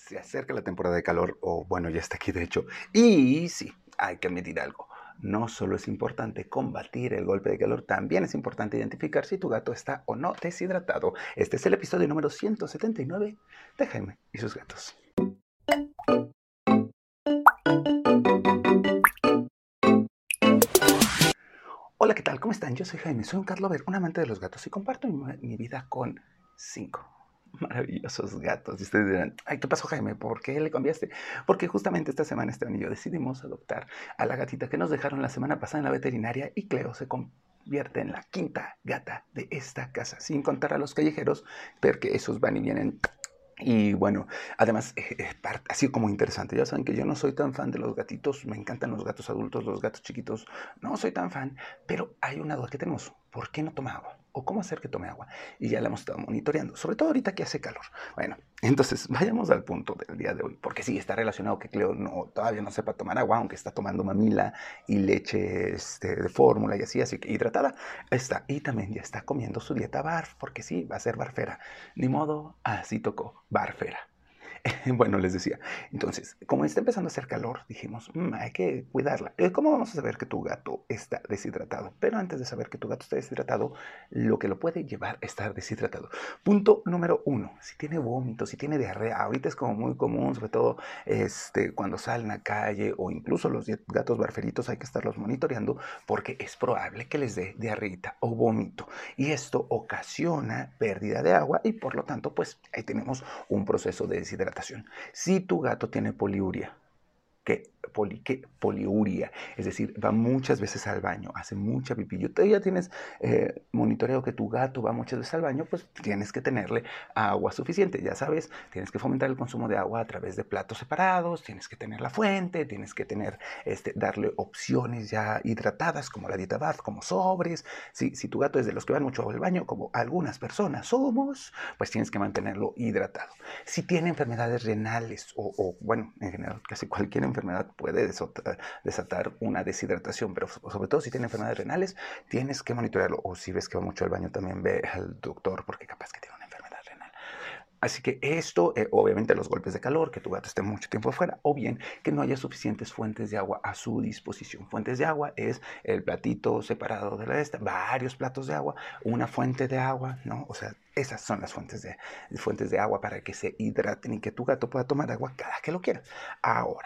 Se acerca la temporada de calor, o bueno, ya está aquí de hecho. Y sí, hay que admitir algo. No solo es importante combatir el golpe de calor, también es importante identificar si tu gato está o no deshidratado. Este es el episodio número 179 de Jaime y sus gatos. Hola, ¿qué tal? ¿Cómo están? Yo soy Jaime, soy un cat lover, un amante de los gatos y comparto mi vida con 5 maravillosos gatos. Y ustedes dirán, ay, ¿qué pasó, Jaime? ¿Por qué le cambiaste? Porque justamente esta semana Esteban y yo decidimos adoptar a la gatita que nos dejaron la semana pasada en la veterinaria y Cleo se convierte en la quinta gata de esta casa, sin contar a los callejeros, porque esos van y vienen. Y bueno, además, así como interesante, ya saben que yo no soy tan fan de los gatitos, me encantan los gatos adultos, los gatos chiquitos, no soy tan fan, pero hay una duda que tenemos, ¿por qué no toma agua? ¿O cómo hacer que tome agua? Y ya la hemos estado monitoreando, sobre todo ahorita que hace calor. Bueno, entonces vayamos al punto del día de hoy, porque sí, está relacionado que Cleo todavía no sepa tomar agua, aunque está tomando mamila y leche de fórmula y así que hidratada está. Y también ya está comiendo su dieta barf, porque sí, va a ser barfera. Ni modo, así tocó, barfera. Bueno, les decía, entonces, como está empezando a hacer calor, dijimos, hay que cuidarla. ¿Cómo vamos a saber que tu gato está deshidratado? Pero antes de saber que tu gato está deshidratado, lo que lo puede llevar a estar deshidratado. Punto número 1, si tiene vómito, si tiene diarrea, ahorita es como muy común, sobre todo cuando salen a calle o incluso los gatos barferitos hay que estarlos monitoreando porque es probable que les dé diarreita o vómito. Y esto ocasiona pérdida de agua y por lo tanto, pues ahí tenemos un proceso de deshidratación. Si tu gato tiene poliuria, poliuria, es decir, va muchas veces al baño, hace mucha pipí. Tú ya tienes monitoreo que tu gato va muchas veces al baño, pues tienes que tenerle agua suficiente. Ya sabes, tienes que fomentar el consumo de agua a través de platos separados, tienes que tener la fuente, tienes que tener, darle opciones ya hidratadas como la dieta BARF, como sobres. Si tu gato es de los que van mucho al baño, como algunas personas somos, pues tienes que mantenerlo hidratado. Si tiene enfermedades renales o bueno, en general casi cualquier enfermedad puede desatar una deshidratación, pero sobre todo si tiene enfermedades renales, tienes que monitorearlo. O si ves que va mucho al baño, también ve al doctor porque capaz que tiene una enfermedad renal. Así que esto, obviamente los golpes de calor, que tu gato esté mucho tiempo afuera, o bien que no haya suficientes fuentes de agua a su disposición. Fuentes de agua es el platito separado de la varios platos de agua, una fuente de agua, ¿no? O sea, esas son las fuentes de agua para que se hidraten y que tu gato pueda tomar agua cada que lo quiera. Ahora,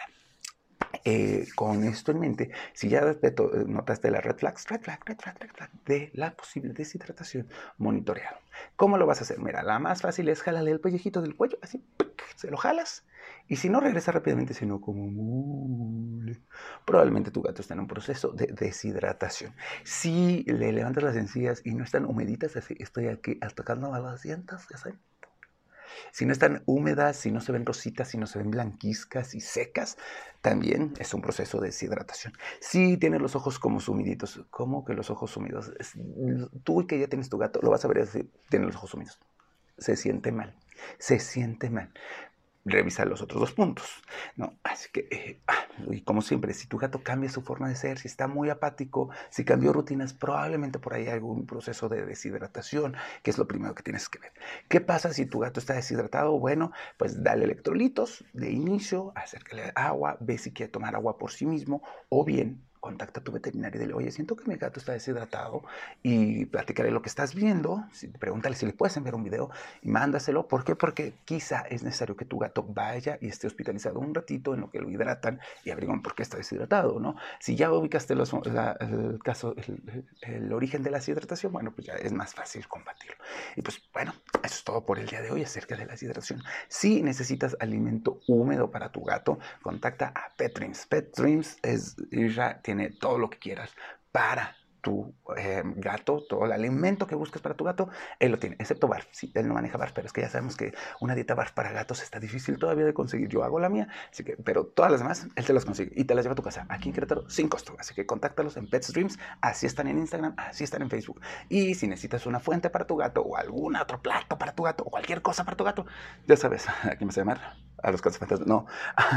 con esto en mente, si ya notaste la red flag de la posible deshidratación, monitoreado. ¿Cómo lo vas a hacer? Mira, la más fácil es jalarle el pellejito del cuello, así, se lo jalas, y si no regresa rápidamente, sino como mule, probablemente tu gato está en un proceso de deshidratación. Si le levantas las encías y no están humeditas, así, estoy aquí tocando a las dientes, ya saben. Si no están húmedas, si no se ven rositas, si no se ven blanquizcas y secas, también es un proceso de deshidratación. Si tienes los ojos como sumiditos, ¿cómo que los ojos sumidos? Tú que ya tienes tu gato, lo vas a ver si tiene los ojos sumidos. Se siente mal, se siente mal. Revisa los otros 2 puntos, ¿no? Así que, y como siempre, si tu gato cambia su forma de ser, si está muy apático, si cambió rutinas, probablemente por ahí hay algún proceso de deshidratación, que es lo primero que tienes que ver. ¿Qué pasa si tu gato está deshidratado? Bueno, pues dale electrolitos de inicio, acércale agua, ve si quiere tomar agua por sí mismo, o bien contacta a tu veterinario y dile, oye, siento que mi gato está deshidratado y platicaré lo que estás viendo, pregúntale si le puedes enviar un video y mándaselo. ¿Por qué? Porque quizá es necesario que tu gato vaya y esté hospitalizado un ratito en lo que lo hidratan y averiguan por qué está deshidratado, ¿no? Si ya ubicaste el caso, el origen de la deshidratación, bueno, pues ya es más fácil combatirlo. Y pues bueno, eso es todo por el día de hoy acerca de la deshidratación. Si necesitas alimento húmedo para tu gato, contacta a Pet Dreams. Pet Dreams tiene todo lo que quieras para tu gato, todo el alimento que busques para tu gato, él lo tiene, excepto barf. Sí, él no maneja barf, pero es que ya sabemos que una dieta barf para gatos está difícil todavía de conseguir. Yo hago la mía, así que, pero todas las demás, él te las consigue y te las lleva a tu casa, aquí en Querétaro, sin costo. Así que contáctalos en Pets Dreams, así están en Instagram, así están en Facebook. Y si necesitas una fuente para tu gato o algún otro plato para tu gato o cualquier cosa para tu gato, ya sabes, ¿a quién vas a llamar? A los gatos fantasmas, no,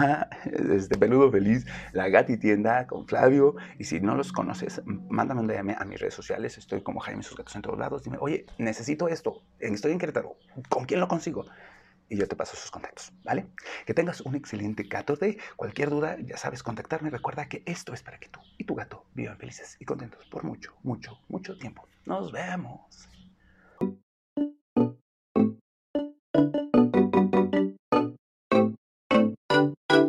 Peludo Feliz, la Gati Tienda con Flavio. Y si no los conoces, mándame un DM a mis redes sociales, estoy como Jaime y sus gatos en todos lados. Dime, oye, necesito esto, estoy en Querétaro, ¿con quién lo consigo? Y yo te paso sus contactos, ¿vale? Que tengas un excelente Gato Day. Cualquier duda, ya sabes, contactarme. Recuerda que esto es para que tú y tu gato vivan felices y contentos por mucho, mucho, mucho tiempo. Nos vemos.